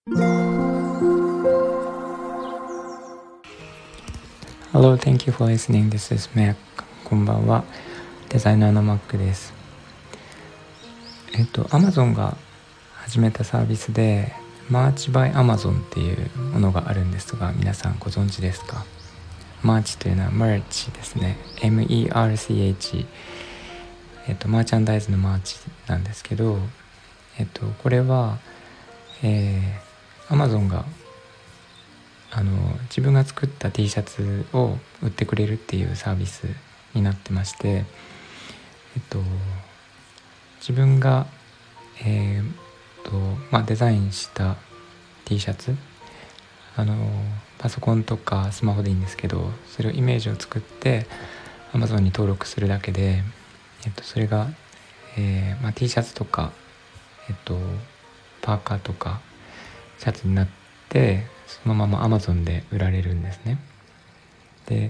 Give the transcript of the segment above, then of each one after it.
Hello, thank you for listening. This is Mac. こんばんは。デザイナーの Mac です。Amazon が始めたサービスで March by Amazon っていうものがあるんですが、皆さんご存知ですか？ March というのは Merch ですね。MERCH。マーチャンダイズのマーチなんですけど、これは、Amazon が自分が作った T シャツを売ってくれるっていうサービスになってまして、自分が、デザインした T シャツ、パソコンとかスマホでいいんですけど、それをイメージを作って Amazon に登録するだけで、それが、T シャツとか、パーカーとかシャツになってそのまま Amazon で売られるんですね。で、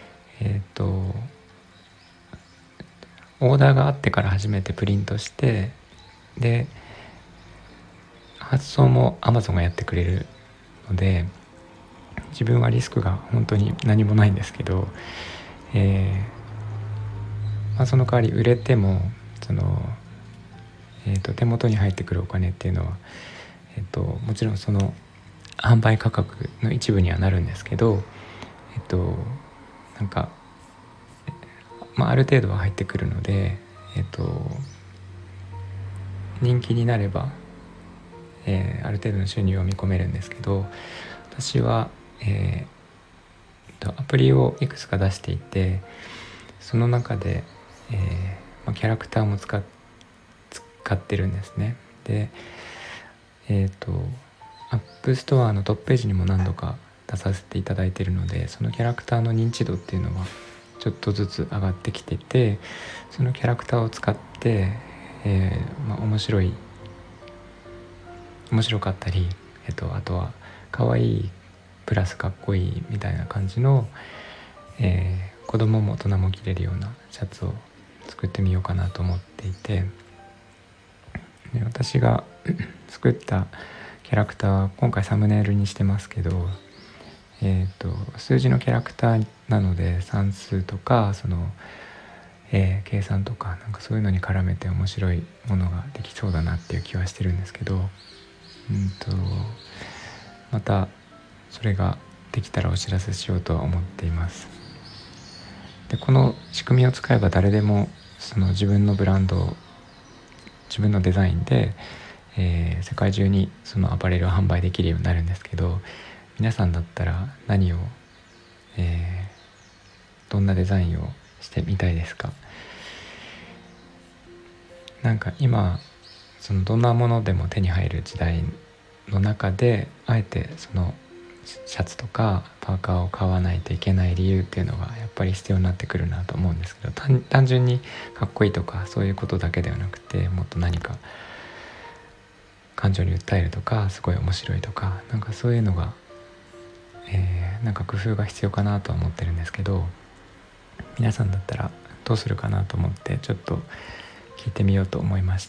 オーダーがあってから初めてプリントして、で発送も Amazon がやってくれるので、自分はリスクが本当に何もないんですけど、その代わり売れても手元に入ってくるお金っていうのは、もちろんその販売価格の一部にはなるんですけど、ある程度は入ってくるので、人気になれば、ある程度の収入を見込めるんですけど、私は、アプリをいくつか出していて、その中で、キャラクターも使ってるんですね。で、アップストアのトップページにも何度か出させていただいているので、そのキャラクターの認知度っていうのはちょっとずつ上がってきてて、そのキャラクターを使って、面白かったり、あとは可愛いプラスかっこいいみたいな感じの、子供も大人も着れるようなシャツを作ってみようかなと思っていて、で私が作ったキャラクターは今回サムネイルにしてますけど、数字のキャラクターなので算数とか計算とかそういうのに絡めて面白いものができそうだなっていう気はしてるんですけど、またそれができたらお知らせしようとは思っています。でこの仕組みを使えば誰でも自分のブランドを自分のデザインで、世界中にそのアパレルを販売できるようになるんですけど、皆さんだったら何を、どんなデザインをしてみたいですか？今どんなものでも手に入る時代の中で、あえてそのシャツとかパーカーを買わないといけない理由っていうのがやっぱり必要になってくるなと思うんですけど、単純にかっこいいとかそういうことだけではなくて、もっと何か感情に訴えるとかすごい面白いとかそういうのが、工夫が必要かなとは思ってるんですけど、皆さんだったらどうするかなと思ってちょっと聞いてみようと思いました。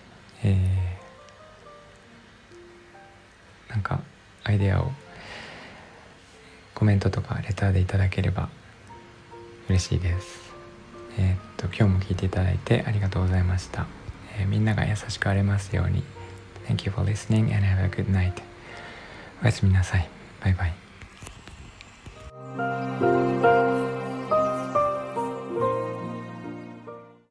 アイデアをコメントとかレターでいただければ嬉しいです。今日も聞いていただいてありがとうございました。みんなが優しくありますように。Thank you for listening and have a good night. おやすみなさい。バイバイ。